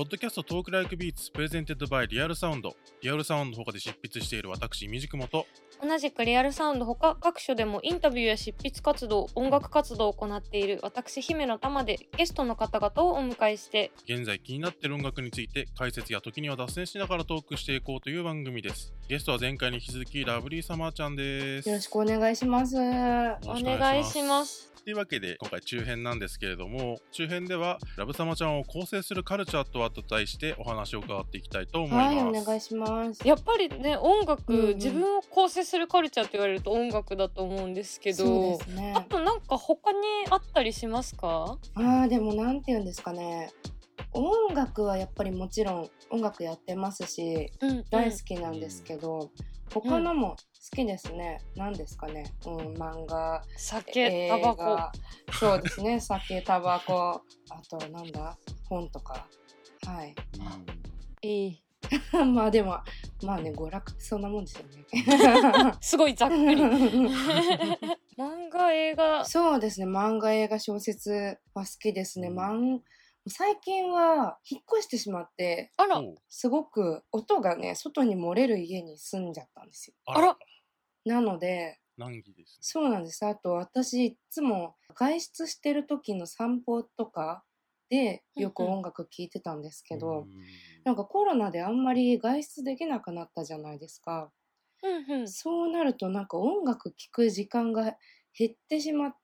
ポッドキャストトークライクビーツプレゼンテッドバイリアルサウンド。リアルサウンド他で執筆している私、みじくもと同じくリアルサウンド他各所でもインタビューや執筆活動、音楽活動を行っている私、姫の玉でゲストの方々をお迎えして、 現在気になっている音楽について解説や時には脱線しながらトークしていこうという番組です。ゲストは前回に引き続きラブリーサマーちゃんです。 よろしくお願いします。 お願いします。 というわけで今回中編なんですけれども、中編ではラブサマちゃんを構成するカルチャーとはと題してお話を伺っていきたいと思います。 はい、お願いします。 やっぱりね、音楽、 うんうん自分を構成するカルチャーと言われると音楽だと思うんですけど、 そうですね。 あとなんか他にあったりしますか？ でもなんて言うんですかね。音楽はやっぱりもちろん音楽やってますし、大好きなんですけど、他のも好きですね。何ですかね。漫画、 酒、タバコ。 映画、そうですね。酒、タバコ、あとなんだ、本とか。はい。 いい。 まあでもまあね、娯楽ってそんなもんですよね。 すごいざっくり。漫画、映画。 そうですね。漫画、映画、小説は好きですね。最近は引っ越してしまって、 あら、 すごく音がね、外に漏れる家に住んじゃったんですよ。 あら、 なので、 難儀ですね。 そうなんです。あと私いつも外出してる時の散歩とかでよく音楽聴いてたんですけど、なんかコロナであんまり外出できなくなったじゃないですか。そうなるとなんか音楽聴く時間が減ってしまって、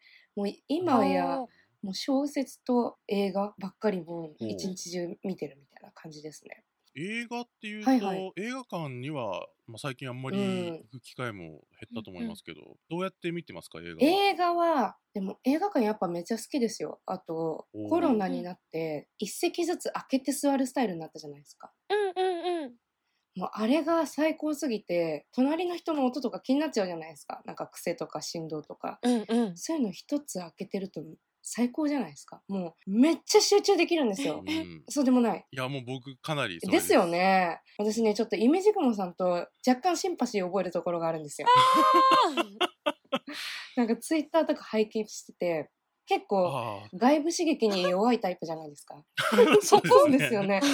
もう今やもう小説と映画ばっかりもう一日中見てるみたいな感じですね。 映画っていうと、 はいはい、 映画館には、最近あんまり行く機会も減ったと思いますけど、どうやって見てますか、映画は。 映画はでも映画館やっぱめっちゃ好きですよ。あとコロナになって一席ずつ開けて座るスタイルになったじゃないですか。もうあれが最高すぎて、隣の人の音とか気になっちゃうじゃないですか。なんか癖とか振動とか、そういうの一つ開けてると最高じゃないですか。もうめっちゃ集中できるんですよ。そうでもない。 いやもう僕かなりそうですよね。私ねちょっとイメージ雲さんと若干シンパシーを覚えるところがあるんですよ。なんかツイッターとか拝見してて、結構外部刺激に弱いタイプじゃないですか。そうですよね。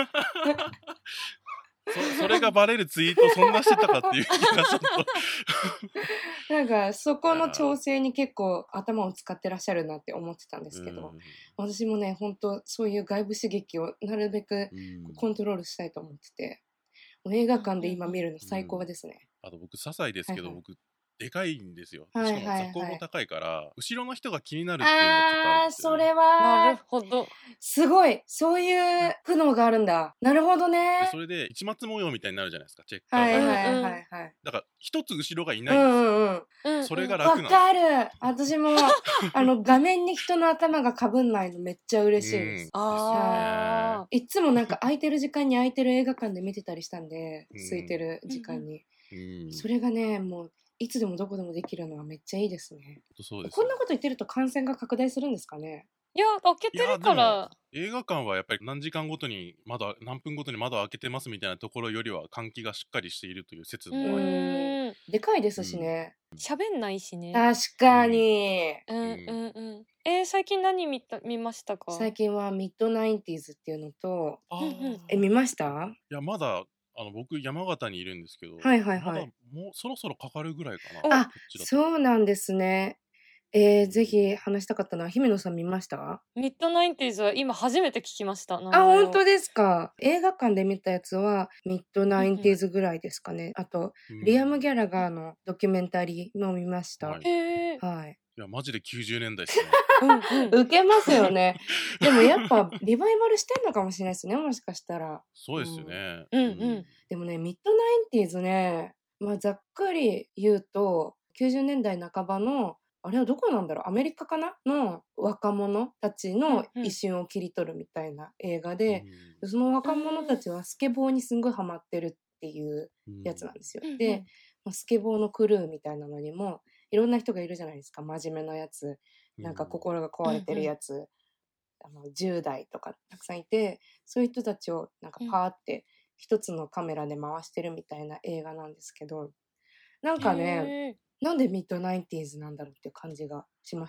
それがバレるツイートそんなしてたかっていう気がちょっとなんかそこの調整に結構頭を使ってらっしゃるなって思ってたんですけど、私もね本当そういう外部刺激をなるべくコントロールしたいと思ってて、映画館で今見るの最高ですね。 あと僕些細ですけど、僕でかいんですよ。しかも座高も高いから、後ろの人が気になるっていうのがちょっとあるんですよね。 それはなるほど。 すごい、そういう苦悩があるんだ。なるほどね。 それで市松模様みたいになるじゃないですか、チェッカーが。だから一つ後ろがいないんですよ。それが楽なんですよ。 わかる。私も画面に人の頭がかぶんないのめっちゃ嬉しいです。いつもなんか空いてる時間に空いてる映画館で見てたりしたんで、空いてる時間に。それがね、もういつでもどこでもできるのはめっちゃいいですね。こんなこと言ってると感染が拡大するんですかね。 いや、開けてるから。 映画館はやっぱり何時間ごとに何分ごとに窓を開けてますみたいなところよりは換気がしっかりしているという説もあります。 でかいですしね。 喋んないしね。 確かに。 最近何見ましたか？ 最近はミッドナインティーズっていうのと、見ました？ いや、まだ僕山形にいるんですけど、まだもうそろそろかかるぐらいかな。 そうなんですね。ぜひ話したかったな。姫野さん見ました？ ミッドナインティーズは今初めて聞きました。 本当ですか？映画館で見たやつはミッドナインティーズぐらいですかね。あと、リアム・ギャラガーのドキュメンタリーも見ました。はい。 いや、マジで90年代ですね。 ウケますよね。でもやっぱリバイバルしてんのかもしれないですね。もしかしたら。 そうですよね。 でもね、ミッドナインティーズね、ざっくり言うと、90年代半ばのあれはどこなんだろう、アメリカかなの若者たちの一瞬を切り取るみたいな映画で、その若者たちはスケボーにすんごいハマってるっていうやつなんですよ。で、スケボーのクルーみたいなのにもいろんな人がいるじゃないですか。真面目なやつ、なんか心が壊れてるやつ、10代とかたくさんいて、そういう人たちをなんかパーって一つのカメラで回してるみたいな映画なんですけど、なんかね、なんでミッドナインティーズなんだろうっていう感じがしました。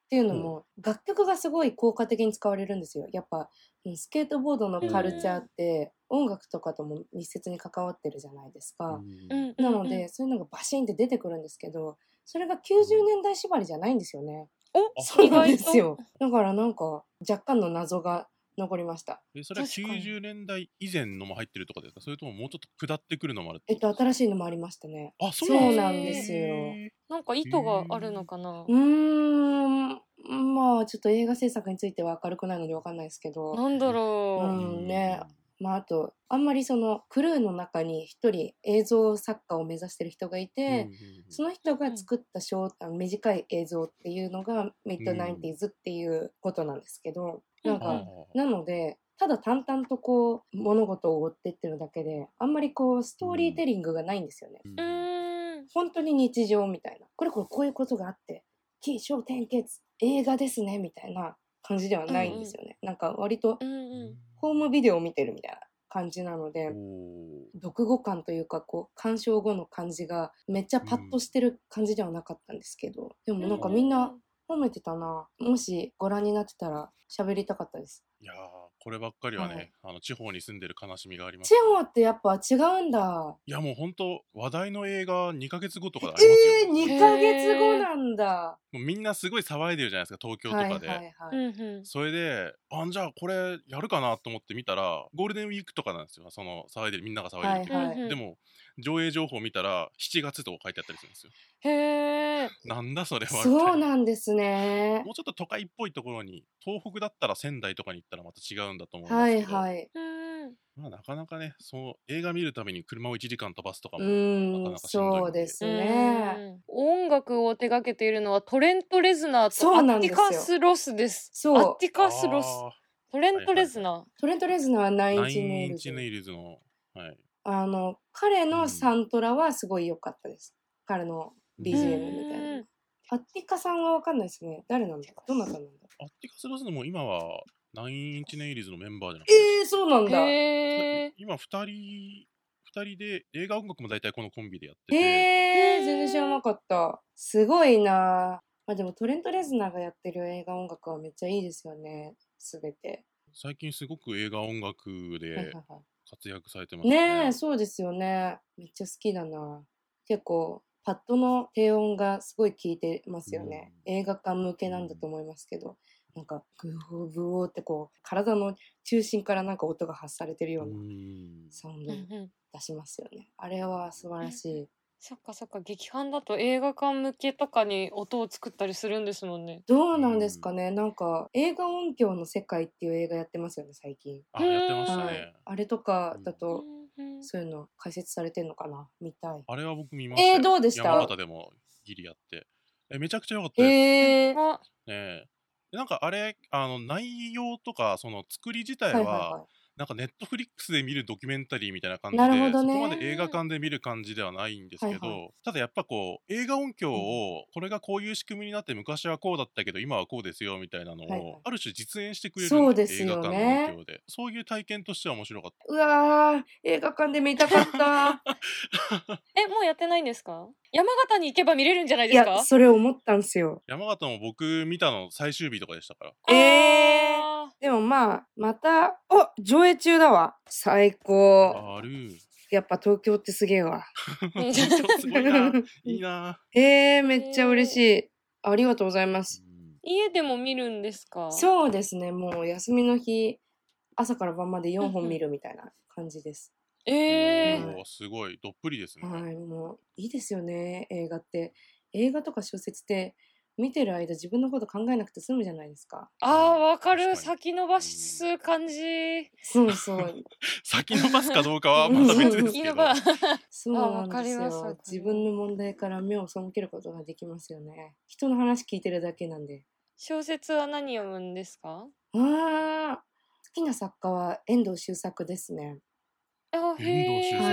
っていうのも楽曲がすごい効果的に使われるんですよ。やっぱスケートボードのカルチャーって音楽とかとも密接に関わってるじゃないですか。なのでそういうのがバシンって出てくるんですけど、それが90年代縛りじゃないんですよね。 お、 そうなんで意外と。 すよ。だからなんか若干の謎が残りました。 それは確かに 90年代以前のも入ってるとかですか？それとももうちょっと下ってくるのもあるってことですか？ 新しいのもありましたね。 あ、そうそうなんでなんですよ。 へーなんか意図があるのかな。 まあちょっと映画制作については明るくないのでわかんないですけど、 なんだろね、まああとあんまりそのクルーの中に一人映像作家を目指してる人がいて、その人が作った短い映像っていうのがミッドナインティーズっていうことなんですけど、なんか、なのでただ淡々とこう物事を追ってってるだけで、あんまりこうストーリーテリングがないんですよね。本当に日常みたいな、こういうことがあって起承転結映画ですねみたいな感じではないんですよね。なんか割とホームビデオを見てるみたいな感じなので、読後感というかこう鑑賞後の感じがめっちゃパッとしてる感じではなかったんですけど、でもなんかみんな褒めてたな。もしご覧になってたら喋りたかったです。 いやー、こればっかりはね、地方に住んでる悲しみがあります地ね。 方ってやっぱ違うんだ。 いやもうほんと話題の映画2ヶ月後とかでありますよ。 2ヶ月後なんだ。 もうみんなすごい騒いでるじゃないですか、東京とかで。それで、じゃあこれやるかなと思って見たら、ゴールデンウィークとかなんですよ。その騒いでる、みんなが騒いでる時。でも、上映情報見たら、7月とか書いてあったりするんですよ。 へー。 なんだそれは。 そうなんですね。 もうちょっと都会っぽいところに、東北だったら仙台とかに行ったらまた違うんだと思うんですけど。まあなかなかね、映画見るために車を1時間飛ばすとかもなかなかしんどいそうですね。 音楽を手掛けているのはトレント・レズナーとアッティカス・ロスです。アッティカス・ロス。トレント・レズナー。 トレント・レズナーはナインチネイルズの、はい。 彼のサントラはすごい良かったです。彼の BGM みたいな。アッティカさんは分かんないですね。誰なんだろう、どなたなんだろう。 アッティカス・ロスのも今はナインインチネイリーズのメンバーじゃなくて、 そうなんだ。 今2人で映画音楽も大体このコンビでやってて。 全然知らなかった。すごいな。まあでもトレント・レズナーがやってる映画音楽はめっちゃいいですよね。すべて。 最近すごく映画音楽で活躍されてますね。 ねえ、そうですよね。めっちゃ好きだな。結構パッドの低音がすごい効いてますよね。映画館向けなんだと思いますけど、なんかグーブーってこう体の中心からなんか音が発されてるようなサウンド出しますよね。あれは素晴らしい。 そっかそっか、劇伴だと映画館向けとかに音を作ったりするんですもんね。 どうなんですかね。なんか映画音響の世界っていう映画やってますよね、最近。 やってましたね。 あれとかだと、そういうの解説されてんのかな、見たい。 あれは僕見ましたよ。 どうでした？ 山形でもギリやって。めちゃくちゃ良かったです。なんかあれ、内容とかその作り自体はなんかネットフリックスで見るドキュメンタリーみたいな感じで、そこまで映画館で見る感じではないんですけど、ただやっぱこう映画音響をこれがこういう仕組みになって昔はこうだったけど今はこうですよみたいなのをある種実演してくれるんです、映画館の音響で。そういう体験としては面白かった。 うわー、映画館で見たかった。 もうやってないんですか？山形に行けば見れるんじゃないですか？ いや、それ思ったんですよ。 山形も僕見たの最終日とかでしたから。 でもまあ、また、上映中だわ。最高。やっぱ東京ってすげえわ。 東京すごいな。いいな。 めっちゃ嬉しい。ありがとうございます。 家でも見るんですか？ そうですね。もう休みの日、朝から晩まで4本見るみたいな感じです。 すごいどっぷりですね。 はい、もういいですよね、映画って。映画とか小説って見てる間自分のこと考えなくて済むじゃないですか。 わかる。先延ばしす感じ。 そうそう。 先延ばすかどうかはまた別ですけど。 そうなんですよ。自分の問題から目を背けることができますよね。人の話聞いてるだけなんで。 小説は何読むんですか？ 好きな作家は遠藤周作ですね。 遠藤周作。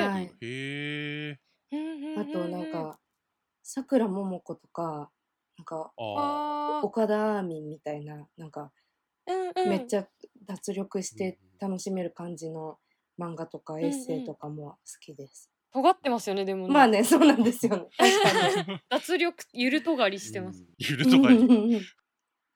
あとなんかさくらももことか、なんか岡田アーミンみたいな、なんかめっちゃ脱力して楽しめる感じの漫画とかエッセイとかも好きです。 尖ってますよね、でもね。 まあね、そうなんですよね。確かに。 脱力ゆるとがりしてます。 ゆるとがり。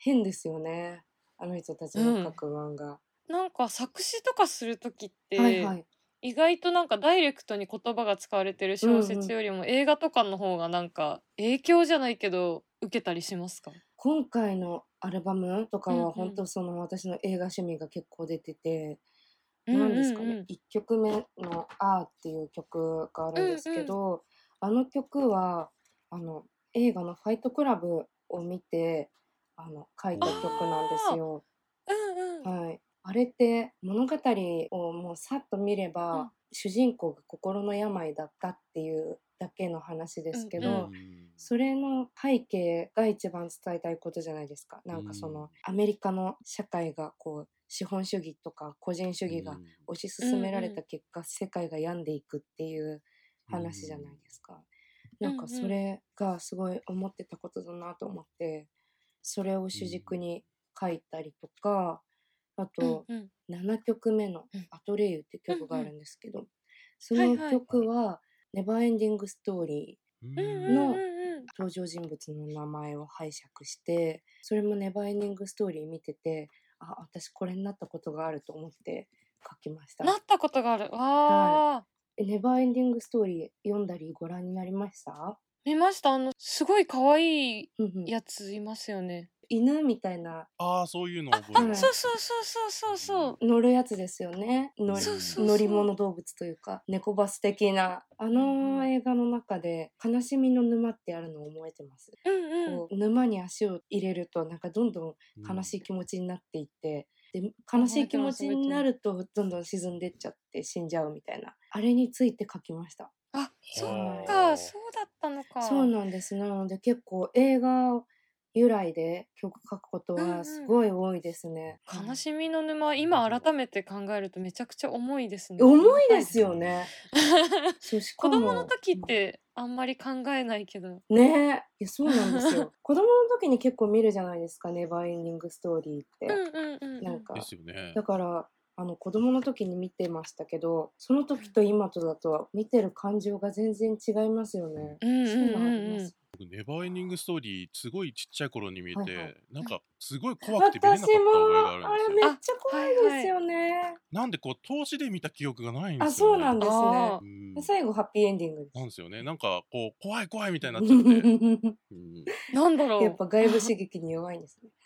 変ですよね。あの人たちの書く漫画。 なんか作詞とかするときっはいはて、 い。 意外となんかダイレクトに言葉が使われてる小説よりも映画とかの方がなんか影響じゃないけど受けたりしますか？ 今回のアルバムとかうんうは本当ん。 その私の映画趣味が結構出てて、 うんなんですかね、 うんうん。 1曲目の「あー」っていう曲があるんですけうんうん。 ど、あの曲は映画のファイトクラブを見て書いた曲なんですああ、 よ。 うんうん。 はい。あれって物語をもうさっと見れうんば、主人公が心の病だったっていうだけの話でうんすけど、 うん。 それの背景が一番伝えたいことじゃないですか。なんかそのアメリカの社会がこう資本主義とか個人主義が推し進められた結果、世界が病んでいくっていう話じゃないですか。なんかそれがすごい思ってたことだなと思って、それを主軸に書いたりとか、あと7曲目の「アトレイユ」って曲があるんですけど、その曲はネバーエンディングストーリーの登場人物の名前を拝借して、それもネバーエンディングストーリー見てて、あ、私これになったことがあると思って書きました。 なったことがある。 はい。ネバーエンディングストーリー読んだりご覧になりました？ 見ました。すごい可愛いやついますよね。 犬みたいな。 ああ、そういうのあ、 覚えてます。 そうそうそうそうそうそう。 乗るやつですよね。 そうそうそう。 乗り物動物というか、猫バス的な。あの映画の中で、悲しみの沼ってあるのを覚えてます。こう沼に足を入れると、なんかどんどん悲しい気持ちになっていって、で悲しい気持ちになるとどんどん沈んでっちゃって死んじゃうみたいな、あれについて書きました。 あ、そっか、そうだったのか。 そうなんです。なので結構映画由来で曲書くことはすごい多いですね。 悲しみの沼、今改めて考えるとめちゃくちゃ重いですね。 重いですよね。 子供の時ってあんまり考えないけど。 ねえ、いやそうなんですよ。子供の時に結構見るじゃないですか、ネバーエンディングストーリーって。なんかですよね。 だから子供の時に見てましたけど、その時と今とだと見てる感情が全然違いますよね。そういうのあります。 僕ネバーエンディングストーリーすごいちっちゃい頃に見て、 はいはい、 なんかすごい怖くて見れなかった覚えがあるんですよ。 あれめっちゃ怖いですよね。 なんでこう投資で見た記憶がないんですよね。あ、そうね。 なんですね。最後ハッピーエンディングです。 なんですよね。なんかこう怖い怖いみたいになっちゃって。 なんだろう。 やっぱ外部刺激に弱いんですね。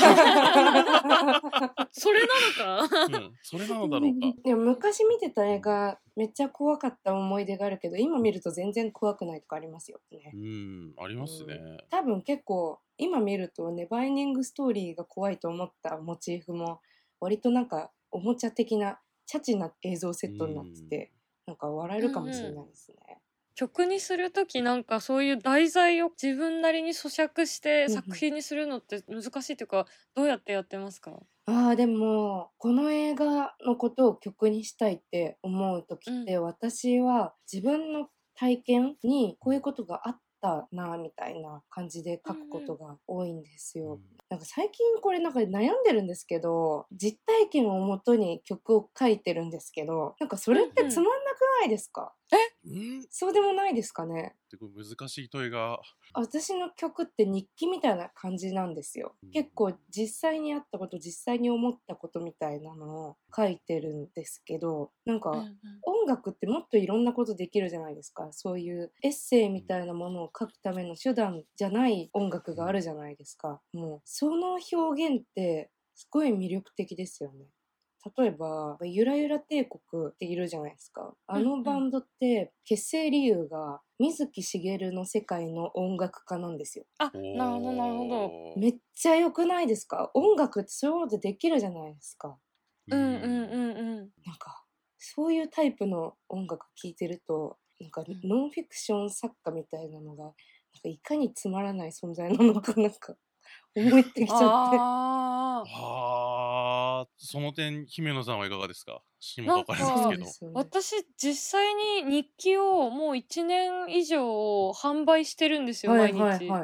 それなのか、 それなのだろうか。 いや昔見てた映画めっちゃ怖かった思い出があるけど、今見ると全然怖くないとかありますよね。 ありますね。 多分結構今見るとネバーエンディングストーリーが怖いと思ったモチーフも割となんかおもちゃ的なチャチな映像セットになってて、なんか笑えるかもしれないですね。 曲にするときなんかそういう題材を自分なりに咀嚼して作品にするのって難しいというか、どうやってやってますか？ でもこの映画のことを曲にしたいって思う時って、私は自分の体験にこういうことがあったなみたいな感じで書くことが多いんですよ。なんか最近これなんか悩んでるんですけど、実体験をもとに曲を書いてるんですけど、なんかそれってつまんなくないですか？そうでもないですかね。 難しい問いが。 私の曲って日記みたいな感じなんですよ。結構実際にあったこと、実際に思ったことみたいなのを書いてるんですけど、なんか音楽ってもっといろんなことできるじゃないですか。そういうエッセイみたいなものを書くための手段じゃない音楽があるじゃないですか。もうその表現ってすごい魅力的ですよね。例えばゆらゆら帝国っているじゃないですか。あのバンドって結成理由が水木しげるの世界の音楽家なんですよ。 あ、なるほどなるほど。 めっちゃ良くないですか？音楽ってそういうことできるじゃないですか。なんかそういうタイプの音楽聴いてると、なんかノンフィクション作家みたいなのがなんかいかにつまらない存在なのかなんか思ってきちゃって。 その点姫野さんはいかがですか？下かかりますけど。 私実際に日記をもう1年以上販売してるんですよ、毎日。 はいはい、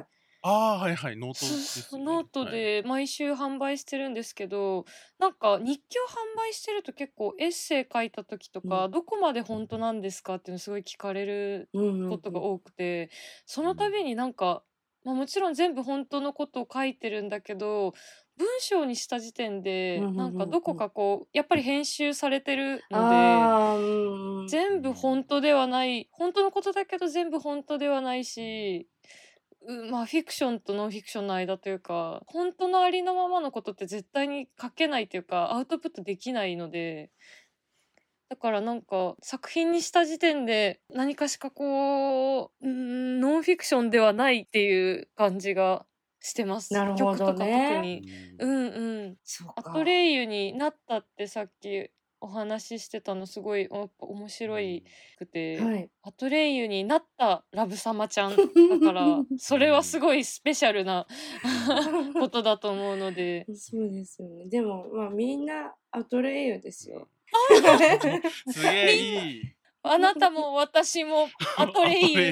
ノートですね。 ノートで毎週販売してるんですけど、なんか日記を販売してると結構エッセイ書いた時とか、どこまで本当なんですかっていうのすごい聞かれることが多くて、その度になんかもちろん全部本当のことを書いてるんだけど、文章にした時点でなんかどこかこうやっぱり編集されてるので、全部本当ではない、本当のことだけど全部本当ではないし、まあフィクションとノンフィクションの間というか、本当のありのままのことって絶対に書けないというかアウトプットできないので、だからなんか作品にした時点で何かしかこうノンフィクションではないっていう感じがしてます。 なるほ曲とかどね。 特に。 そうアか。 トレイユになったってさっきお話ししてたのすごい面白くて、 はい。 アトレイユになったラブ様ちゃんだからそれはすごいスペシャルなことだと思うので。 そうですよね。でもまあみんなアトレイユですよ。 すげえいい。 あなたも私もアトレイユ。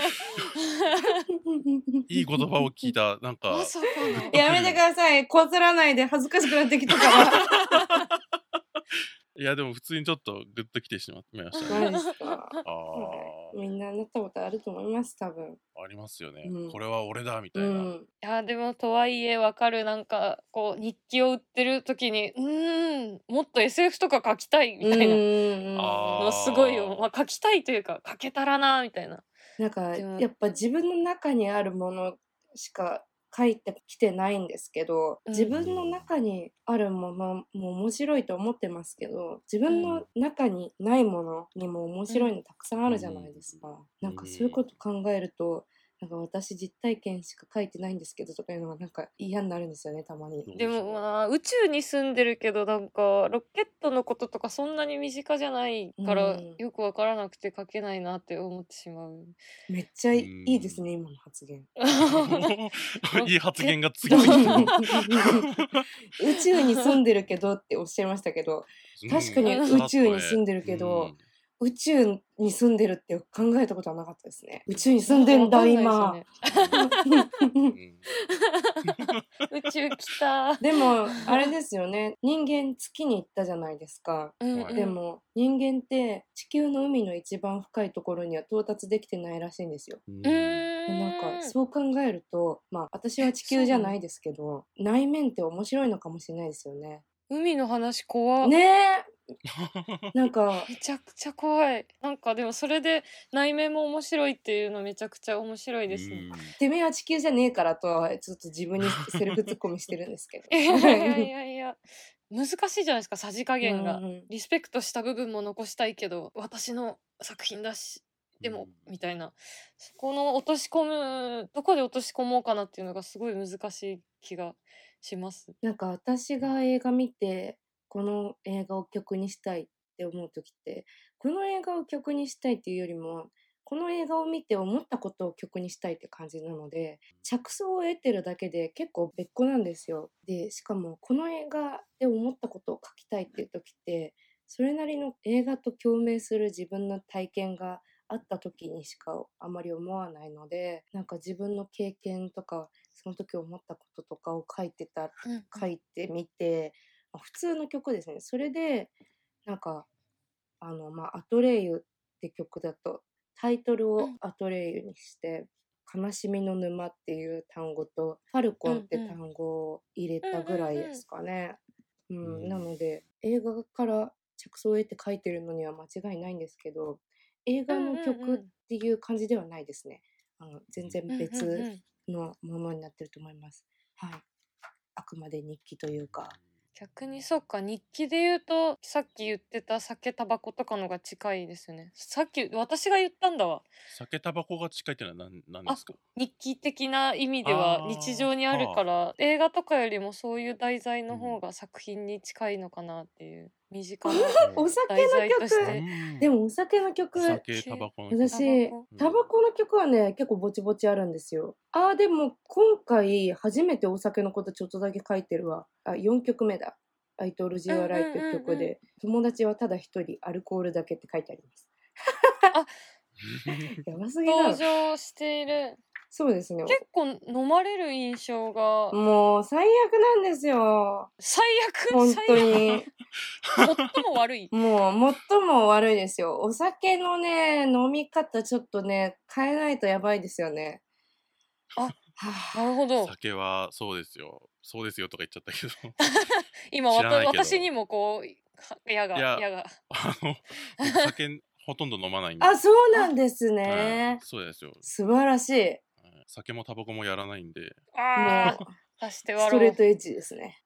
いい言葉を聞いた。なんかやめてください。こすらないで恥ずかしくなってきたから。 いやでも普通にちょっとグッときてしまいましたね。ですか。みんななったことあると思います多分。 ありますよね。これは俺だみたいな。 いやでもとはいえわかる、なんかこう日記を売ってる時にもっと SF とか書きたいみたいなのすごいよ、まあ、書きたいというか書けたらなみたいな。 なんかやっぱ自分の中にあるものしか書いてきてないんですけど、自分の中にあるものも面白いと思ってますけど、自分の中にないものにも面白いのたくさんあるじゃないですか。なんかそういうこと考えると、なんか私実体験しか書いてないんですけどとかいうのがなんか嫌になるんですよね、たまに。 でもまあ宇宙に住んでるけどなんかロケットのこととかそんなに身近じゃないからよくわからなくて書けないなって思ってしまう。 めっちゃいいですね、今の発言。 いい発言が次々と。 宇宙に住んでるけどっておっしゃいましたけど、確かに宇宙に住んでるけど、宇宙に住んでるって考えたことはなかったですね。宇宙に住んでんだ今。 宇宙来た。 でもあれですよね。人間月に行ったじゃないですか。でも人間って地球の海の一番深いところには到達できてないらしいんですよ。なんかそう考えると、まあ私は地球じゃないですけど、内面って面白いのかもしれないですよね。 海の話怖ねえ。なんかめちゃくちゃ怖い。なんかでもそれで内面も面白いっていうのめちゃくちゃ面白いですね。 てめえは地球じゃねえからとはちょっと自分にセルフツッコミしてるんですけど。 いや難しいじゃないですか、さじ加減が。リスペクトした部分も残したいけど私の作品だしでもみたいな、そこの落とし込むどこで落とし込もうかなっていうのがすごい難しい気がします。 なんか私が映画見てこの映画を曲にしたいって思う時って、この映画を曲にしたいっていうよりもこの映画を見て思ったことを曲にしたいって感じなので、着想を得てるだけで結構別個なんですよ。でしかもこの映画で思ったことを書きたいっていう時ってそれなりの映画と共鳴する自分の体験があった時にしかあまり思わないので、なんか自分の経験とかその時思ったこととかを書いてみて、普通の曲ですね。それでなんかアトレイユって曲だとタイトルをアトレイユにして悲しみの沼っていう単語とファルコンって単語を入れたぐらいですかね。なので映画から着想を得て書いてるのには間違いないんですけど、映画の曲っていう感じではないですね。全然別のものになってると思います。はい。あくまで日記というか。 逆にそうか、日記で言うとさっき言ってた酒タバコとかのが近いですよね。さっき私が言ったんだわ。 酒タバコが近いってのは何ですか？ 日記的な意味では日常にあるから映画とかよりもそういう題材の方が作品に近いのかなっていう。身近なお酒の曲。でもお酒の曲、 酒タバコの曲、 私タバコの曲はね結構ぼちぼちあるんですよ。でも今回初めてお酒のことちょっとだけ書いてるわ。4曲目だ。I told you are right という曲で、友達はただ一人アルコールだけって書いてあります。やばすぎだろ。 登場している。 そうですね。 結構飲まれる印象が。 もう最悪なんですよ。 最悪。 本当に。 最も悪い。 もう最も悪いですよ。お酒のね飲み方ちょっとね変えないとやばいですよね。 なるほど。 酒はそうですよとか言っちゃったけど今知らないけど私にもこう矢が僕酒ほとんど飲まないんで。 あ、そうなんですね。 そうですよ。 素晴らしい。 酒もタバコもやらないんで。 もう足してストレートエッジですね。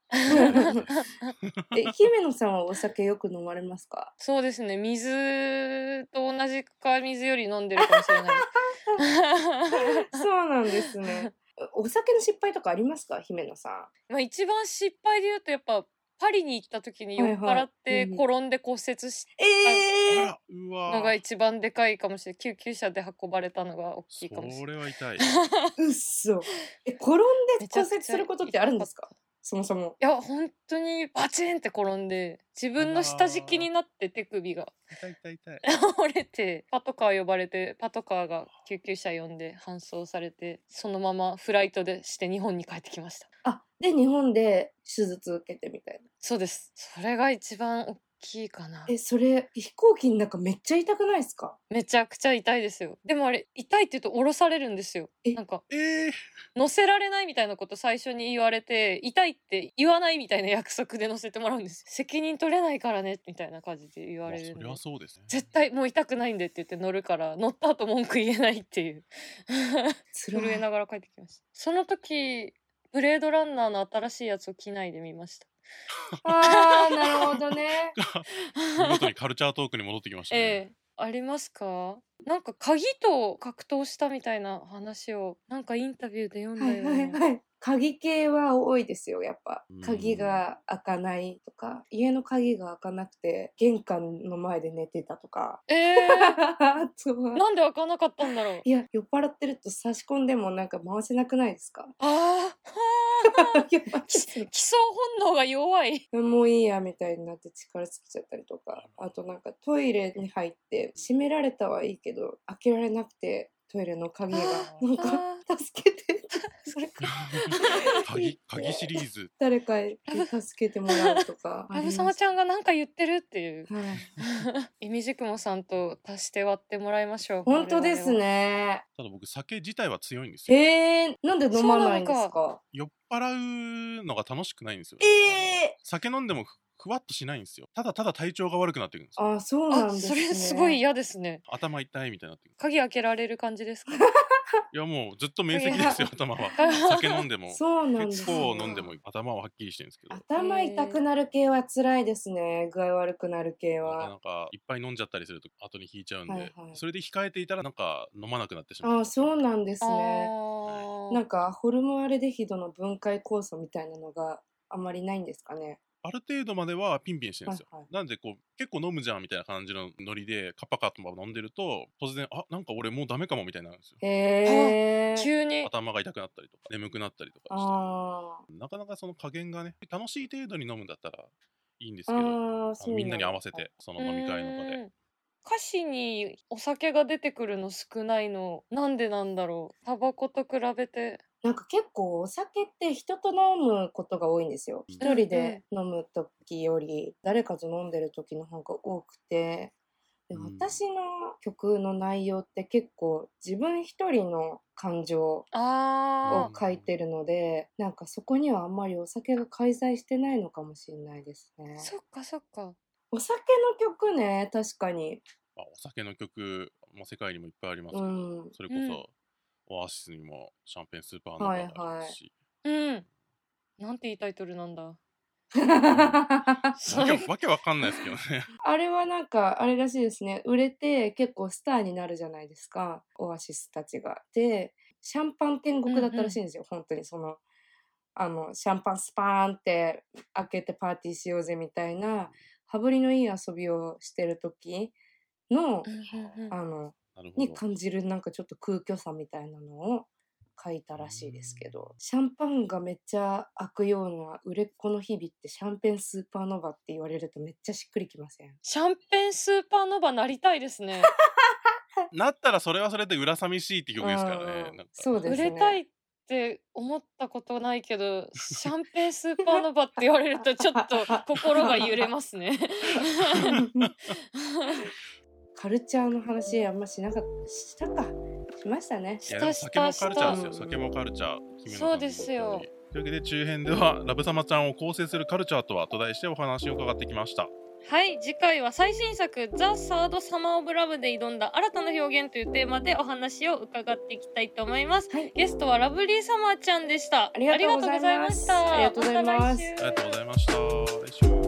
姫野さんはお酒よく飲まれますか？ そうですね。水と同じか水より飲んでるかもしれない。 そうなんですね。お酒の失敗とかありますか、姫野さん？ まあ一番失敗で言うとやっぱパリに行った時に酔っ払って転んで骨折したのが一番でかいかもしれない。救急車で運ばれたのが大きいかもしれない。 それは痛い。 うっそ。転んで骨折することってあるんですか？そもそも。 いや本当にバチンって転んで自分の下敷きになって手首が痛い折れてパトカー呼ばれてパトカーが救急車呼んで搬送されてそのままフライトでして日本に帰ってきました。 あ、で日本で手術受けてみたいな。 そうです。それが一番大きいかな。 それ飛行機の中めっちゃ痛くないですか？ めちゃくちゃ痛いですよ。でもあれ痛いって言うと降ろされるんですよ。なんか乗せられないみたいなこと最初に言われて痛いって言わないみたいな約束で乗せてもらうんです。責任取れないからねみたいな感じで言われるんで。 そりゃそうですね。 絶対もう痛くないんでって言って乗るから乗った後文句言えないっていう震えながら帰ってきました。その時ブレードランナーの新しいやつを機内で見ました。 あー、なるほどね。 見事にカルチャートークに戻ってきましたね。 ありますか？なんか鍵と格闘したみたいな話をなんかインタビューで読んだよね。 鍵系は多いですよ、やっぱ。鍵が開かないとか、家の鍵が開かなくて、玄関の前で寝てたとか。 なんで開かなかったんだろう。 いや、酔っ払ってると差し込んでもなんか回せなくないですか？ 基礎本能が弱い。 もういいやみたいになって力尽きちゃったりとか。あとなんかトイレに入って閉められたはいいけど、開けられなくて、トイレの鍵がなんか助けてそれか鍵シリーズ誰かに助けてもらうとかラブ様ちゃんがなんか言ってるっていう、いみじくもさんと足して割ってもらいましょう。 本当ですね。 ただ僕酒自体は強いんですよ。 なんで飲まないんですか？ 酔っ払うのが楽しくないんですよ。酒飲んでもふわっとしないんですよ。ただただ体調が悪くなっていくんですよ。 あ、そうなんですね。 それすごい嫌ですね。 頭痛いみたいになってくる。 鍵開けられる感じですか？ いやもうずっと面積ですよ頭は。酒飲んでもそうなんです、 結構飲んでも頭ははっきりしてるんですけど。 頭痛くなる系は辛いですね。具合悪くなる系は。 なんかいっぱい飲んじゃったりすると後に引いちゃうんで、それで控えていたらなんか飲まなくなってしまう。 あ、そうなんですね。なんかホルモンアルデヒドの分解酵素みたいなのがあんまりないんですかね。 ある程度まではピンピンしてるんですよ。なんでこう結構飲むじゃんみたいな感じのノリでカッパカッと飲んでると突然なんか俺もうダメかもみたいになるんですよ。 急に頭が痛くなったりとか眠くなったりとかしてなかなかその加減がね楽しい程度に飲むんだったらいいんですけど、みんなに合わせてその飲み会の場で。 歌詞にお酒が出てくるの少ないのなんでなんだろう。タバコと比べて。 なんか結構お酒って人と飲むことが多いんですよ。一人で飲む時より誰かと飲んでる時の方が多くて、で私の曲の内容って結構自分一人の感情を書いてるので、なんかそこにはあんまりお酒が介在してないのかもしれないですね。 そっかそっか。 お酒の曲ね、確かに。 お酒の曲も世界にもいっぱいありますけど、それこそ、オアシスにもシャンペンスーパーノヴァがありますし。 なんていいタイトルなんだ。 わけわかんないですけどね。 あれはなんかあれらしいですね。売れて結構スターになるじゃないですか、オアシスたちが。でシャンパン天国だったらしいんですよ、本当にそのシャンパンスパーンって開けてパーティーしようぜみたいな羽振りのいい遊びをしてる時のに感じるなんかちょっと空虚さみたいなのを書いたらしいですけど、シャンパンがめっちゃ開くような売れっ子の日々ってシャンペンスーパーノヴァって言われるとめっちゃしっくりきません？ シャンペンスーパーノヴァなりたいですね。 なったらそれはそれで裏寂しいって曲ですからね。 そうですね。 売れたいって思ったことないけどシャンペンスーパーノヴァって言われるとちょっと心が揺れますね。 カルチャーの話あんましなかった。したか。 しましたね。 いやでも酒もカルチャーですよ。酒もカルチャー。 そうですよ。 というわけで中編ではラブサマちゃんを構成するカルチャーとはと題してお話を伺ってきました。 はい、次回は最新作ザ・サード・サマー・オブ・ラブで挑んだ新たな表現というテーマでお話を伺っていきたいと思います。ゲストはラブリーサマーちゃんでした。 ありがとうございました。 ありがとうございました。 ありがとうございます。 ありがとうございました。来週。